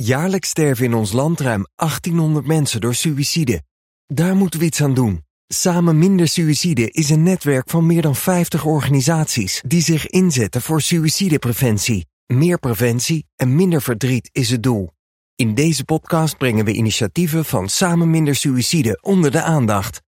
Jaarlijks sterven in ons land ruim 1800 mensen door suïcide. Daar moeten we iets aan doen. Samen Minder Suïcide is een netwerk van meer dan 50 organisaties die zich inzetten voor suïcidepreventie. Meer preventie en minder verdriet is het doel. In deze podcast brengen we initiatieven van Samen Minder Suïcide onder de aandacht.